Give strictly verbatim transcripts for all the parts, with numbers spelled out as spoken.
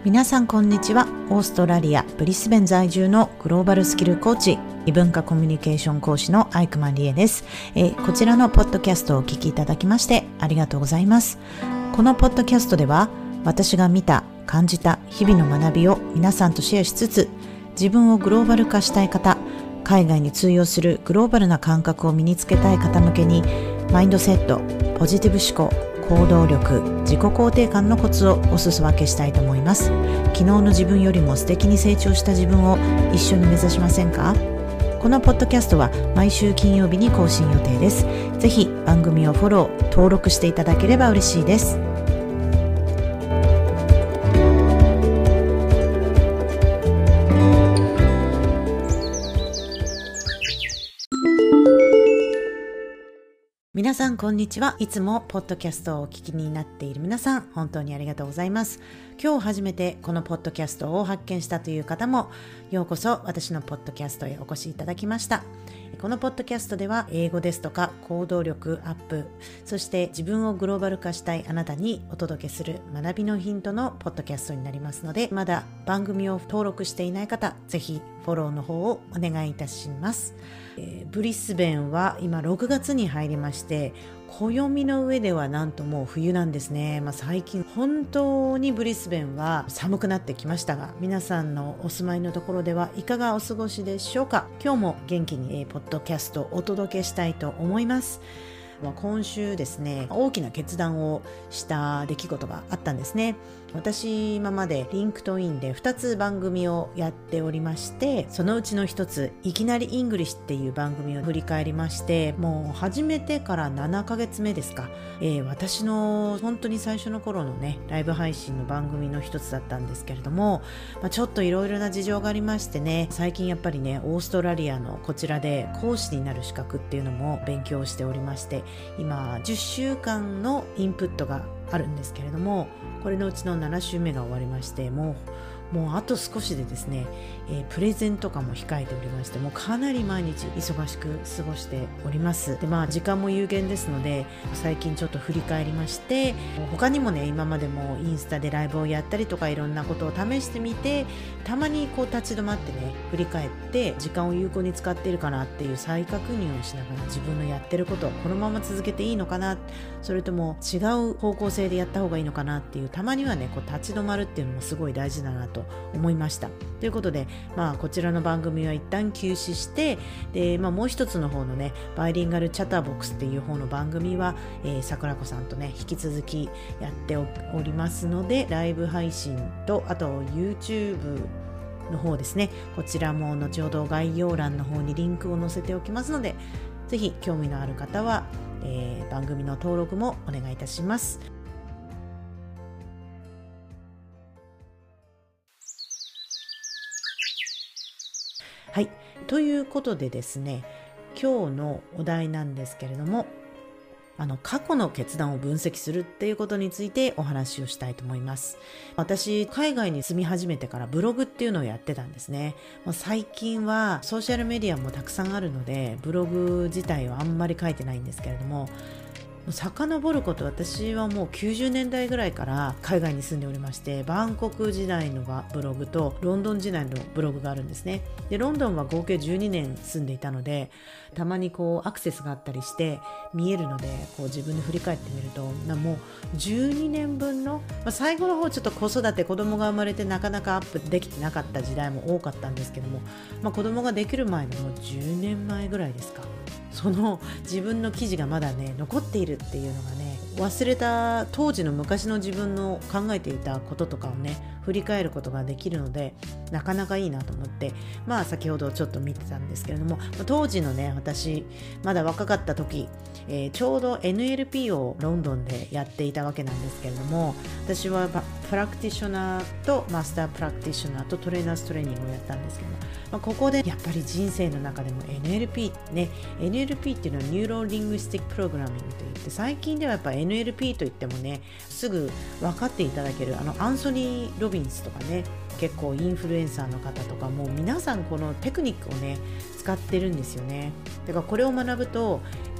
皆さんこんにちは。オーストラリアブリスベン在住のグローバルスキルコーチ、異文化コミュニケーション講師のアイクマンリエです、えー、こちらのポッドキャストをお聞きいただきましてありがとうございます。このポッドキャストでは私が見た感じた日々の学びを皆さんとシェアしつつ、自分をグローバル化したい方、海外に通用するグローバルな感覚を身につけたい方向けに、マインドセット、ポジティブ思考、行動力、自己肯定感のコツをお裾分けしたいと思います。昨日の自分よりも素敵に成長した自分を一緒に目指しませんか？このポッドキャストは毎週金曜日に更新予定です。ぜひ番組をフォロー、登録していただければ嬉しいです。皆さんこんにちは。いつもポッドキャストをお聞きになっている皆さん、本当にありがとうございます。今日初めてこのポッドキャストを発見したという方も、ようこそ私のポッドキャストへお越しいただきました。このポッドキャストでは英語ですとか行動力アップ、そして自分をグローバル化したいあなたにお届けする学びのヒントのポッドキャストになりますので、まだ番組を登録していない方、ぜひフォローの方をお願いいたします。えー、ブリスベンは今ろくがつに入りまして、暦の上ではなんともう冬なんですね。まあ、最近本当にブリスベンは寒くなってきましたが、皆さんのお住まいのところではいかがお過ごしでしょうか。今日も元気に、えー、ポッドキャストをお届けしたいと思います。今週ですね、大きな決断をした出来事があったんですね。私今までリンクトインでふたつ番組をやっておりまして、そのうちのひとつ、いきなりイングリッシュっていう番組を振り返りまして、もう始めてからななかげつめですか、えー、私の本当に最初の頃のねライブ配信の番組の一つだったんですけれども、まあ、ちょっといろいろな事情がありましてね、最近やっぱりねオーストラリアのこちらで講師になる資格っていうのも勉強しておりまして、今じゅっしゅうかんのインプットがあるんですけれども、これのうちのなな週目が終わりまして、もうもうあと少しでですね、えー、プレゼンとかも控えておりまして、もうかなり毎日忙しく過ごしております。で、まあ時間も有限ですので、最近ちょっと振り返りまして、他にもね今までもインスタでライブをやったりとかいろんなことを試してみて、たまにこう立ち止まってね振り返って時間を有効に使っているかなっていう再確認をしながら、自分のやってることこのまま続けていいのかな、それとも違う方向性でやった方がいいのかなっていう、たまにはねこう立ち止まるっていうのもすごい大事だなと思いました。ということで、まあ、こちらの番組は一旦休止して、で、まあ、もう一つの方のねバイリンガルチャッターボックスっていう方の番組は、えー、桜子さんとね引き続きやっておりますので、ライブ配信とあと YouTube の方ですね、こちらも後ほど概要欄の方にリンクを載せておきますので、ぜひ興味のある方は、えー、番組の登録もお願いいたします。はい、ということでですね、今日のお題なんですけれども、あの過去の決断を分析するっていうことについてお話をしたいと思います。私海外に住み始めてからブログっていうのをやってたんですね。まあ、最近はソーシャルメディアもたくさんあるのでブログ自体はあんまり書いてないんですけれども、遡ること、私はもうきゅうじゅうねんだいぐらいから海外に住んでおりまして、バンコク時代のブログとロンドン時代のブログがあるんですね。でロンドンは合計じゅうにねん住んでいたので、たまにこうアクセスがあったりして見えるので、こう自分で振り返ってみると、もうじゅうにねんぶんの、まあ、最後の方ちょっと子育て、子供が生まれてなかなかアップできてなかった時代も多かったんですけども、まあ、子供ができる前のもうじゅうねんまえぐらいですか、その自分の記事がまだね残っているっていうのがね、忘れた当時の昔の自分の考えていたこととかをね振り返ることができるので、なかなかいいなと思って、まあ先ほどちょっと見てたんですけれども、当時のね私まだ若かった時、えー、ちょうど エヌエルピー をロンドンでやっていたわけなんですけれども、私はプラクティショナーとマスタープラクティショナーとトレーナーズトレーニングをやったんですけども、まあ、ここでやっぱり人生の中でも エヌエルピー ね、 エヌエルピー っていうのはニューロリングスティックプログラミングといって、最近ではやっぱ エヌエルピー といってもねすぐ分かっていただける、あのアンソニー・ロビンスとかね、結構インフルエンサーの方とかも皆さんこのテクニックをね使ってるんですよね。だからこれを学ぶと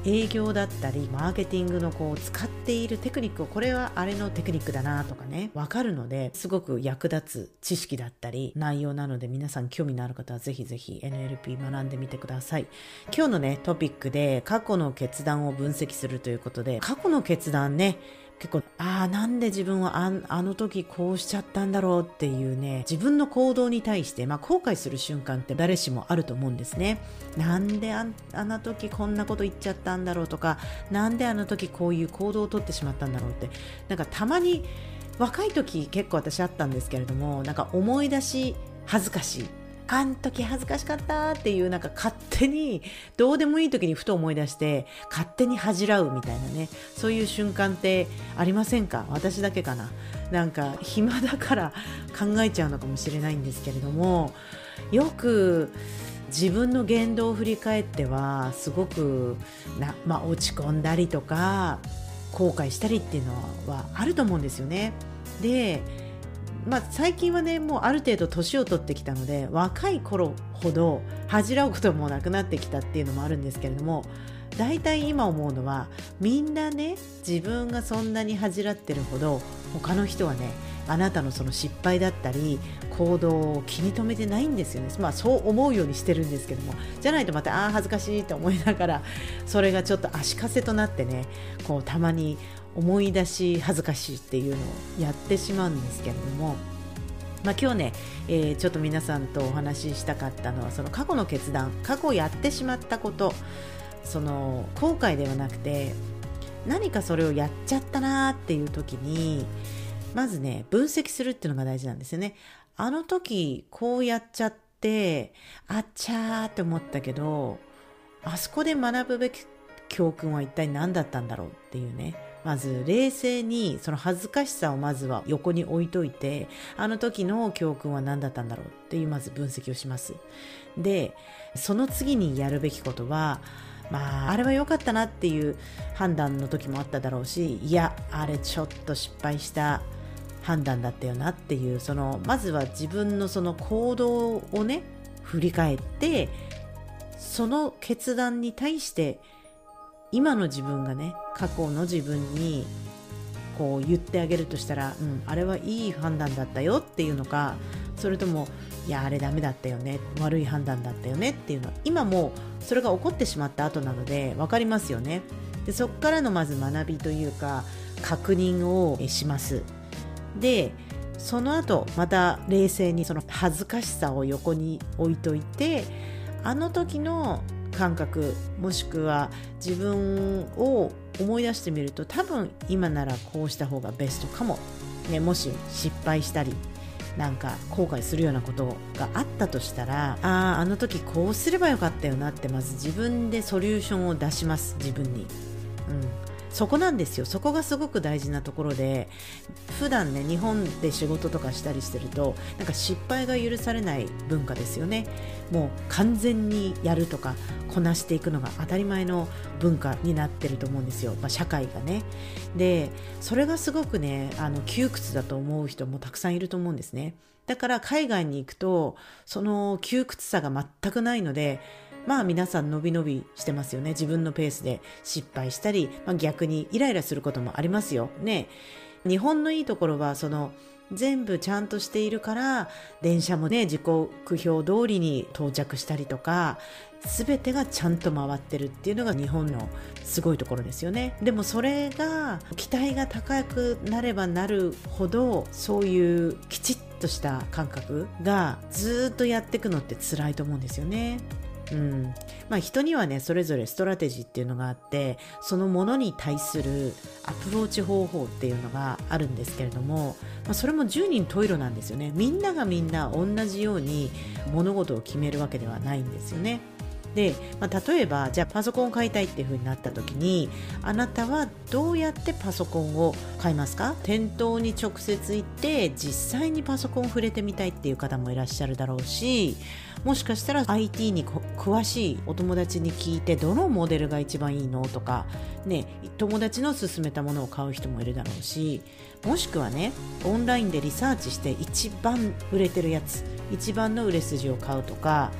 営業だったりマーケティングのこう使っているテクニックを、これはあれのテクニックだなとかね、わかるので、すごく役立つ知識だったり内容なので、皆さん興味のある方はぜひぜひ エヌエルピー 学んでみてください。今日のねトピックで過去の決断を分析するということで、過去の決断ね、結構ああなんで自分は あ, あの時こうしちゃったんだろうっていうね、自分の行動に対して、まあ、後悔する瞬間って誰しもあると思うんですね。なんで あ, あの時こんなこと言っちゃったんだろうとか、なんであの時こういう行動をとってしまったんだろうって、なんかたまに若い時結構私あったんですけれども、なんか思い出し恥ずかしい、あん時恥ずかしかったっていう、なんか勝手にどうでもいい時にふと思い出して勝手に恥じらうみたいなね、そういう瞬間ってありませんか？私だけかな。なんか暇だから考えちゃうのかもしれないんですけれども、よく自分の言動を振り返ってはすごくな、まあ、落ち込んだりとか後悔したりっていうのはあると思うんですよね。でまあ、最近はねもうある程度年を取ってきたので、若い頃ほど恥じらうこともなくなってきたっていうのもあるんですけれども、だいたい今思うのは、みんなね自分がそんなに恥じらってるほど他の人はね、あなたのその失敗だったり行動を気に留めてないんですよね。まあそう思うようにしてるんですけども、じゃないとまたあー恥ずかしいと思いながら、それがちょっと足かせとなってね、こうたまに思い出し恥ずかしいっていうのをやってしまうんですけれども、まあ、今日ね、えー、ちょっと皆さんとお話ししたかったのは、その過去の決断、過去やってしまったこと、その後悔ではなくて、何かそれをやっちゃったなっていう時にまずね分析するっていうのが大事なんですよね。あの時こうやっちゃってあっちゃーって思ったけど、あそこで学ぶべき教訓は一体何だったんだろうっていうね、まず冷静にその恥ずかしさをまずは横に置いといて、あの時の教訓は何だったんだろうっていうまず分析をします。でその次にやるべきことは、まああれは良かったなっていう判断の時もあっただろうし、いやあれちょっと失敗した判断だったよなっていう、そのまずは自分のその行動をね振り返って、その決断に対して今の自分がね過去の自分にこう言ってあげるとしたら、うん、あれはいい判断だったよっていうのか、それともいやあれダメだったよね、悪い判断だったよねっていうのは、今もうそれが起こってしまった後なので分かりますよね。でそこからのまず学びというか確認をします。でその後また冷静にその恥ずかしさを横に置いといて、あの時の感覚もしくは自分を思い出してみると、多分今ならこうした方がベストかも、ね、もし失敗したりなんか後悔するようなことがあったとしたら、あああの時こうすればよかったよなって、まず自分でソリューションを出します。自分に、うん、そこなんですよ。そこがすごく大事なところで、普段ね日本で仕事とかしたりしてると、なんか失敗が許されない文化ですよね。もう完全にやるとかこなしていくのが当たり前の文化になってると思うんですよ、まあ、社会がね。でそれがすごくねあの窮屈だと思う人もたくさんいると思うんですね。だから海外に行くとその窮屈さが全くないので、まあ皆さんのびのびしてますよね。自分のペースで失敗したり、まあ、逆にイライラすることもありますよね。日本のいいところはその全部ちゃんとしているから、電車もね時刻表通りに到着したりとか、全てがちゃんと回ってるっていうのが日本のすごいところですよね。でもそれが期待が高くなればなるほど、そういうきちっとした感覚がずっとやっていくのって辛いと思うんですよね。うんまあ、人にはねそれぞれストラテジーっていうのがあって、そのものに対するアプローチ方法っていうのがあるんですけれども、まあ、それも十人十色なんですよね。みんながみんな同じように物事を決めるわけではないんですよね。で、まあ、例えばじゃあパソコンを買いたいっていう風になった時に、あなたはどうやってパソコンを買いますか？店頭に直接行って実際にパソコンを触れてみたいっていう方もいらっしゃるだろうし、もしかしたら アイティー に詳しいお友達に聞いてどのモデルが一番いいのとか、ね、友達の勧めたものを買う人もいるだろうし、もしくはねオンラインでリサーチして一番売れてるやつ、一番の売れ筋を買うとか、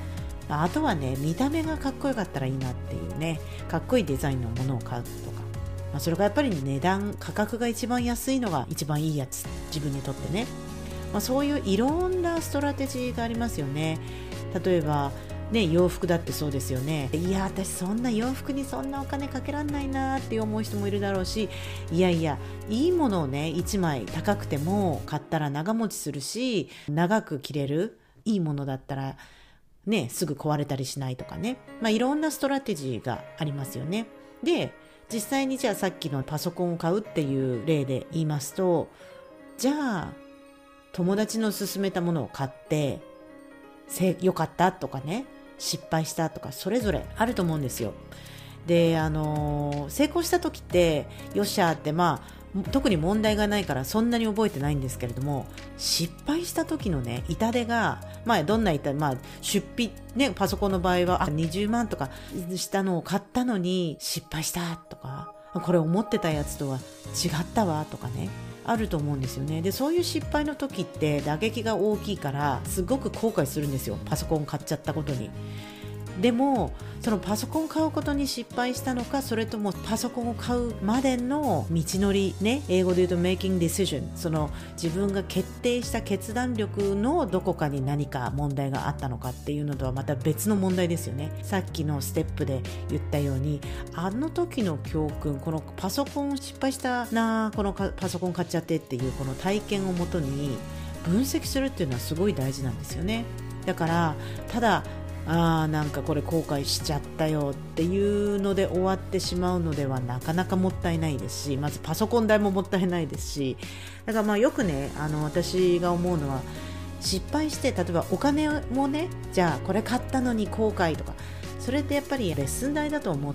あとはね、見た目がかっこよかったらいいなっていうね、かっこいいデザインのものを買うとか、まあ、それがやっぱり値段価格が一番安いのが一番いいやつ、自分にとってね、まあ、そういういろんなストラテジーがありますよね。例えばね、洋服だってそうですよね。いや私そんな洋服にそんなお金かけらんないなって思う人もいるだろうし、いやいやいいものをねいちまい高くても買ったら長持ちするし、長く着れるいいものだったらねすぐ壊れたりしないとかね、まあ、いろんなストラテジーがありますよね。で実際にじゃあさっきのパソコンを買うっていう例で言いますと、じゃあ友達の勧めたものを買ってせ良かったとかね、失敗したとかそれぞれあると思うんですよ。で、あのー、成功した時ってよっしゃーってまあ特に問題がないからそんなに覚えてないんですけれども、失敗した時のね痛手が、まあどんな痛手、まあ出費ね、パソコンの場合はあにじゅうまんとかしたのを買ったのに失敗したとか、これ思ってたやつとは違ったわとかね、あると思うんですよね。でそういう失敗の時って打撃が大きいからすごく後悔するんですよ、パソコン買っちゃったことに。でもそのパソコンを買うことに失敗したのか、それともパソコンを買うまでの道のりね、英語で言うと making decision、 その自分が決定した決断力のどこかに何か問題があったのかっていうのとはまた別の問題ですよね。さっきのステップで言ったように、あの時の教訓、このパソコン失敗したな、このパソコン買っちゃってっていうこの体験をもとに分析するっていうのはすごい大事なんですよね。だからただあーなんかこれ後悔しちゃったよっていうので終わってしまうのではなかなかもったいないですし、まずパソコン代ももったいないですし、だからまあよくね、あの私が思うのは、失敗して例えばお金もね、じゃあこれ買ったのに後悔とか、それってやっぱりレッスン代だと思って、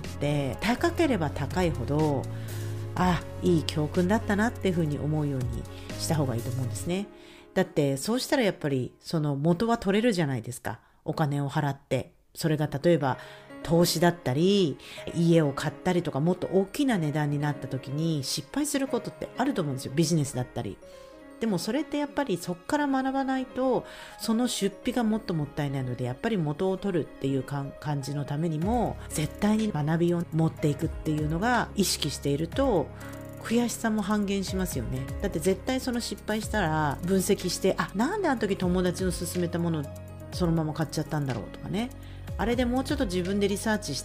高ければ高いほどあいい教訓だったなっていうふうに思うようにした方がいいと思うんですね。だってそうしたらやっぱりその元は取れるじゃないですか。お金を払って、それが例えば投資だったり家を買ったりとか、もっと大きな値段になった時に失敗することってあると思うんですよ、ビジネスだったり。でもそれってやっぱりそこから学ばないと、その出費がもっともったいないので、やっぱり元を取るっていう感じのためにも絶対に学びを持っていくっていうのが意識していると、悔しさも半減しますよね。だって絶対その失敗したら分析して、あ、なんであの時友達の勧めたものそのまま買っちゃったんだろうとかね、あれでもうちょっと自分でリサーチして、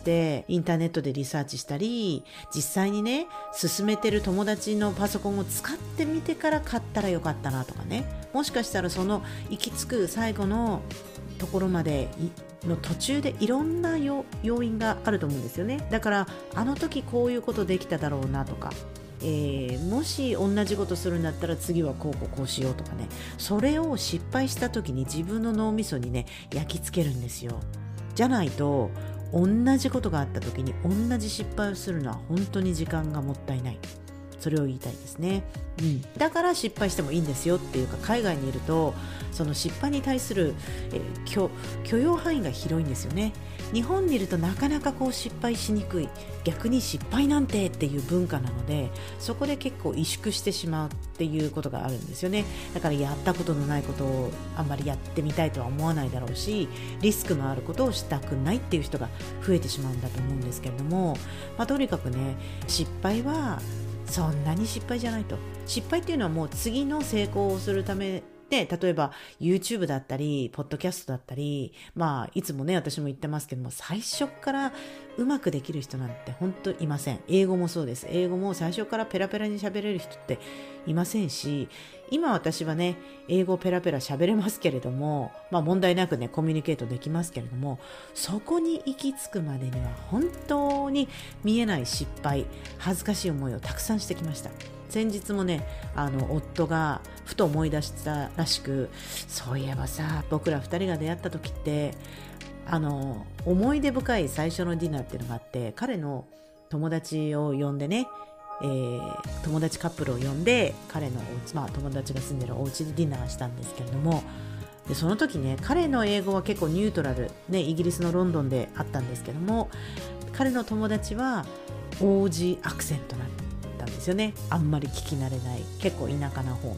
インターネットでリサーチしたり、実際にね勧めてる友達のパソコンを使ってみてから買ったらよかったなとかね、もしかしたらその行き着く最後のところまでの途中でいろんな要因があると思うんですよね。だからあの時こういうことできただろうなとか、えー、もし同じことするんだったら次はこうこうこうしようとかね、それを失敗した時に自分の脳みそにね焼き付けるんですよ。じゃないと同じことがあった時に同じ失敗をするのは本当に時間がもったいない、それを言いたいですね、うん、だから失敗してもいいんですよっていうか、海外にいるとその失敗に対する、えー、許, 許容範囲が広いんですよね。日本にいるとなかなかこう失敗しにくい、逆に失敗なんてっていう文化なので、そこで結構萎縮してしまうっていうことがあるんですよね。だからやったことのないことをあんまりやってみたいとは思わないだろうし、リスクのあることをしたくないっていう人が増えてしまうんだと思うんですけれども、まあ、とにかくね、失敗はそんなに失敗じゃないと。失敗っていうのはもう次の成功をするためで、例えば YouTube だったりポッドキャストだったり、まあいつもね私も言ってますけども、最初からうまくできる人なんて本当いません。英語もそうです。英語も最初からペラペラに喋れる人っていませんし、今私はね英語ペラペラ喋れますけれども、まあ問題なくねコミュニケートできますけれども、そこに行き着くまでには本当に見えない失敗、恥ずかしい思いをたくさんしてきました。先日もね、あの夫がふと思い出したらしく、そういえばさ、僕らふたりが出会った時ってあの思い出深い最初のディナーっていうのがあって、彼の友達を呼んでね、えー、友達カップルを呼んで彼のお家、まあ、友達が住んでるお家でディナーしたんですけれども、でその時ね、彼の英語は結構ニュートラル、ね、イギリスのロンドンであったんですけども、彼の友達はオージーアクセントなんですよね。あんまり聞き慣れない、結構田舎な方の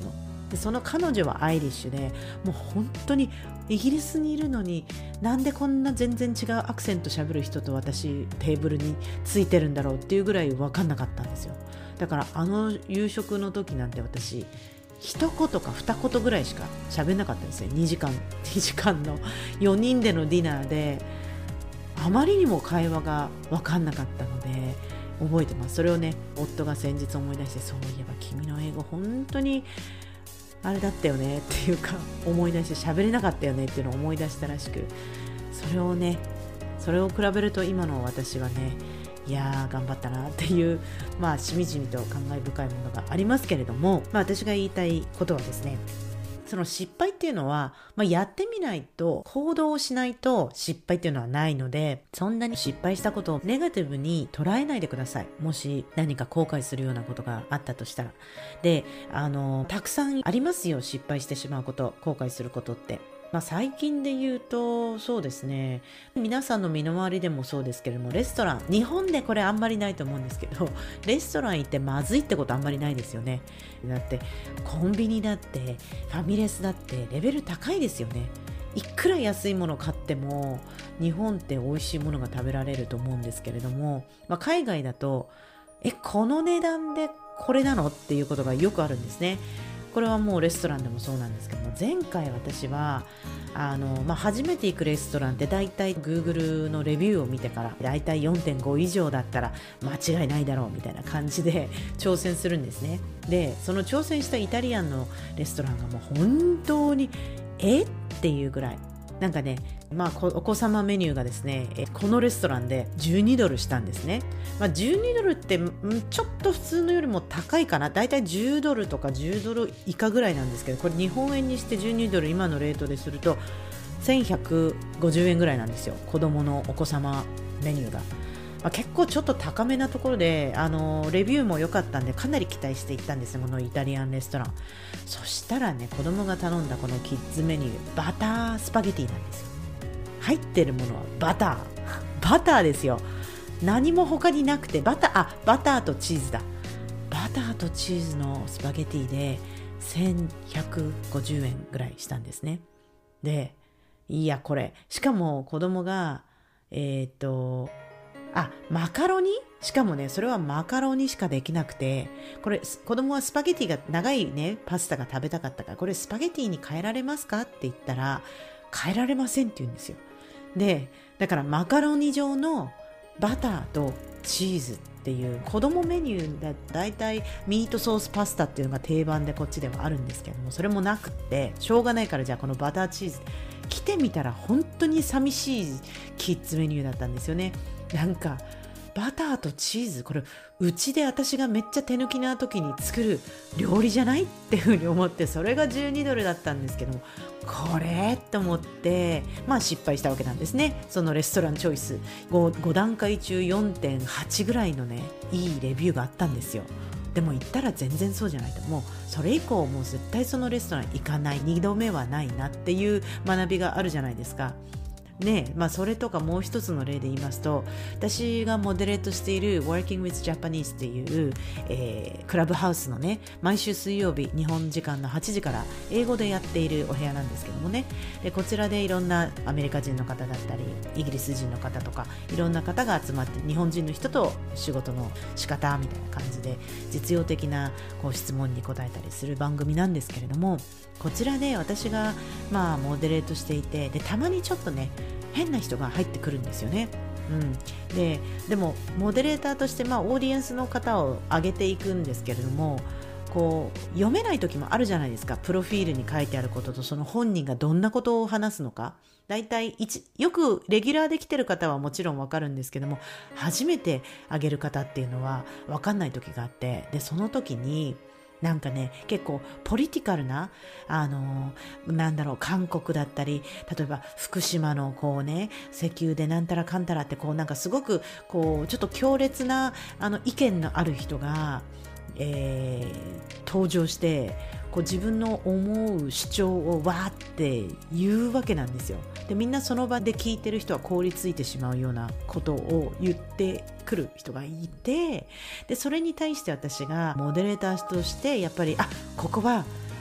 でその彼女はアイリッシュで、もう本当にイギリスにいるのになんでこんな全然違うアクセント喋る人と私テーブルについてるんだろうっていうぐらい分かんなかったんですよ。だからあの夕食の時なんて私一言か二言ぐらいしか喋んなかったんですよ。にじかんにじかんのよにんでのディナーであまりにも会話が分かんなかったので覚えてます。それをね夫が先日思い出して、そういえば君の英語本当にあれだったよねっていうか思い出して喋れなかったよねっていうのを思い出したらしく、それをねそれを比べると今の私はね、いやー頑張ったなっていう、まあしみじみと感慨深いものがありますけれども、まあ私が言いたいことはですね、その失敗っていうのは、まあ、やってみないと、行動をしないと失敗っていうのはないので、そんなに失敗したことをネガティブに捉えないでください。もし何か後悔するようなことがあったとしたら。で、あのたくさんありますよ、失敗してしまうこと、後悔することって。まあ、最近で言うとそうですね、皆さんの身の回りでもそうですけれども、レストラン、日本でこれあんまりないと思うんですけど、レストラン行ってまずいってことあんまりないですよね。だってコンビニだってファミレスだってレベル高いですよね。いくら安いもの買っても日本って美味しいものが食べられると思うんですけれども、まあ、海外だとえこの値段でこれなのっていうことがよくあるんですね。これはもうレストランでもそうなんですけども、前回私はあの、まあ、初めて行くレストランってだいたい Google のレビューを見てからだいたい よんてんご 以上だったら間違いないだろうみたいな感じで挑戦するんですね。でその挑戦したイタリアンのレストランがもう本当にえっていうぐらいなんかね、まあ、お子様メニューがですね、このレストランでじゅうにドルしたんですね。まあ、じゅうにドルってちょっと普通のよりも高いかな。だいたいじゅうドルとかじゅうドル以下ぐらいなんですけど、これ日本円にしてじゅうにドル、今のレートでするとせんひゃくごじゅうえんぐらいなんですよ、子供のお子様メニューが。まあ、結構ちょっと高めなところで、あのレビューも良かったんでかなり期待していったんですよ、このイタリアンレストラン。そしたらね、子供が頼んだこのキッズメニュー、バタースパゲティなんですよ。入ってるものはバターバターですよ。何も他になくて、バターあバターとチーズだバターとチーズのスパゲティでせんひゃくごじゅうえんぐらいしたんですね。でいやこれしかも子供がえっとあマカロニ、しかもねそれはマカロニしかできなくて、これ子供はスパゲティが長いねパスタが食べたかったから、これスパゲティに変えられますかって言ったら変えられませんって言うんですよ。でだからマカロニ状のバターとチーズっていう子供メニューでだいたいミートソースパスタっていうのが定番でこっちではあるんですけども、それもなくってしょうがないから、じゃあこのバターチーズ来てみたら本当に寂しいキッズメニューだったんですよね。なんかバターとチーズ、これうちで私がめっちゃ手抜きな時に作る料理じゃないっていうふうに思って、それがじゅうにドルだったんですけども、これと思ってまあ失敗したわけなんですね。そのレストランチョイス 5, ご段階中 よんてんはち ぐらいのねいいレビューがあったんですよ。でも行ったら全然そうじゃないと、もうそれ以降もう絶対そのレストラン行かない、にどめはないなっていう学びがあるじゃないですかね。まあ、それとかもう一つの例で言いますと、私がモデレートしている Working with Japanese っていう、えー、クラブハウスのね、毎週水曜日日本時間のはちじから英語でやっているお部屋なんですけどもね、でこちらでいろんなアメリカ人の方だったりイギリス人の方とかいろんな方が集まって日本人の人と仕事の仕方みたいな感じで実用的なこう質問に答えたりする番組なんですけれども、こちらで私がまあモデレートしていて、でたまにちょっとね変な人が入ってくるんですよね。うん、で, でもモデレーターとしてまあオーディエンスの方を上げていくんですけれども、こう読めない時もあるじゃないですか。プロフィールに書いてあることとその本人がどんなことを話すのか、だいたいよくレギュラーで来てる方はもちろんわかるんですけども、初めて上げる方っていうのはわかんない時があって、でその時になんかね結構ポリティカルなあのなんだろう韓国だったり、例えば福島のこうね石油でなんたらかんたらってこうなんかすごくこうちょっと強烈なあの意見のある人が、えー、登場してこう自分の思う主張をわーって言うわけなんですよ。でみんなその場で聞いてる人は凍りついてしまうようなことを言ってくる人がいて、でそれに対して私がモデレーターとしてやっぱりあここは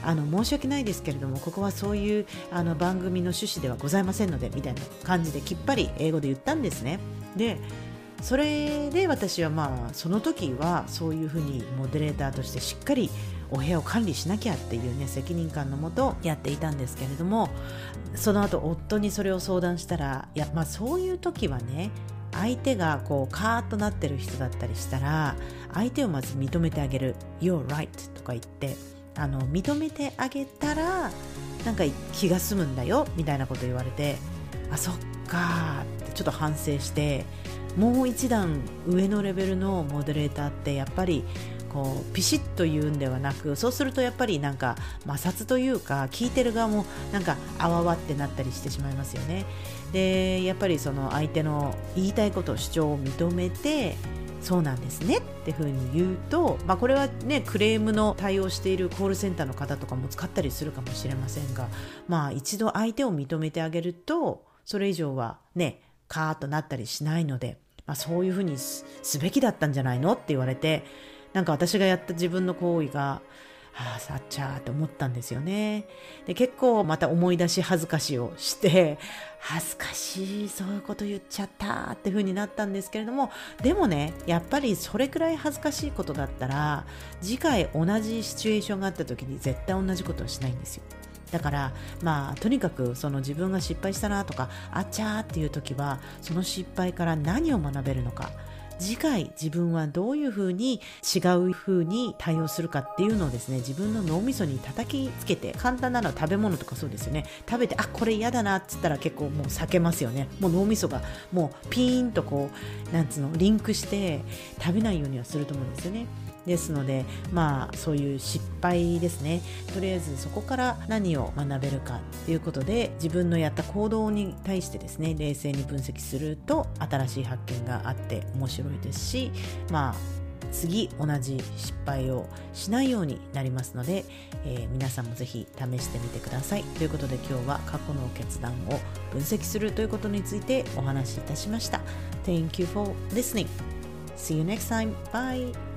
あの申し訳ないですけれども、ここはそういうあの番組の趣旨ではございませんのでみたいな感じできっぱり英語で言ったんですね。でそれで私はまあその時はそういうふうにモデレーターとしてしっかりお部屋を管理しなきゃっていうね責任感のもとやっていたんですけれども、その後夫にそれを相談したら、いやまあそういう時はね、相手がこうカーッとなってる人だったりしたら相手をまず認めてあげる You're right とか言ってあの認めてあげたらなんか気が済むんだよみたいなこと言われて、あそっかってちょっと反省して、もう一段上のレベルのモデレーターってやっぱりこうピシッと言うんではなく、そうするとやっぱりなんか摩擦というか聞いてる側もなんかあわわってなったりしてしまいますよね。でやっぱりその相手の言いたいこと主張を認めて、そうなんですねっていうふうに言うと、まあ、これはねクレームの対応しているコールセンターの方とかも使ったりするかもしれませんが、まあ一度相手を認めてあげるとそれ以上はねカーッとなったりしないので、まあ、そういうふうに す, すべきだったんじゃないのって言われて、なんか私がやった自分の行為がああさっちゃーって思ったんですよね。で結構また思い出し恥ずかしをして、恥ずかしいそういうこと言っちゃったって風になったんですけれども、でもねやっぱりそれくらい恥ずかしいことだったら次回同じシチュエーションがあった時に絶対同じことをしないんですよ。だからまあとにかくその自分が失敗したなとかあっちゃーっていう時はその失敗から何を学べるのか、次回自分はどういうふうに違うふうに対応するかっていうのをですね、自分の脳みそに叩きつけて、簡単なのは食べ物とかそうですよね。食べてあこれ嫌だなって言ったら結構もう避けますよね。もう脳みそがもうピーンとこうなんつうのリンクして食べないようにはすると思うんですよね。ですのでまあそういう失敗ですね、とりあえずそこから何を学べるかということで自分のやった行動に対してですね冷静に分析すると新しい発見があって面白いですし、まあ次同じ失敗をしないようになりますので、えー、皆さんもぜひ試してみてください。ということで今日は過去の決断を分析するということについてお話しいたしました。 Thank you for listening. See you next time. Bye.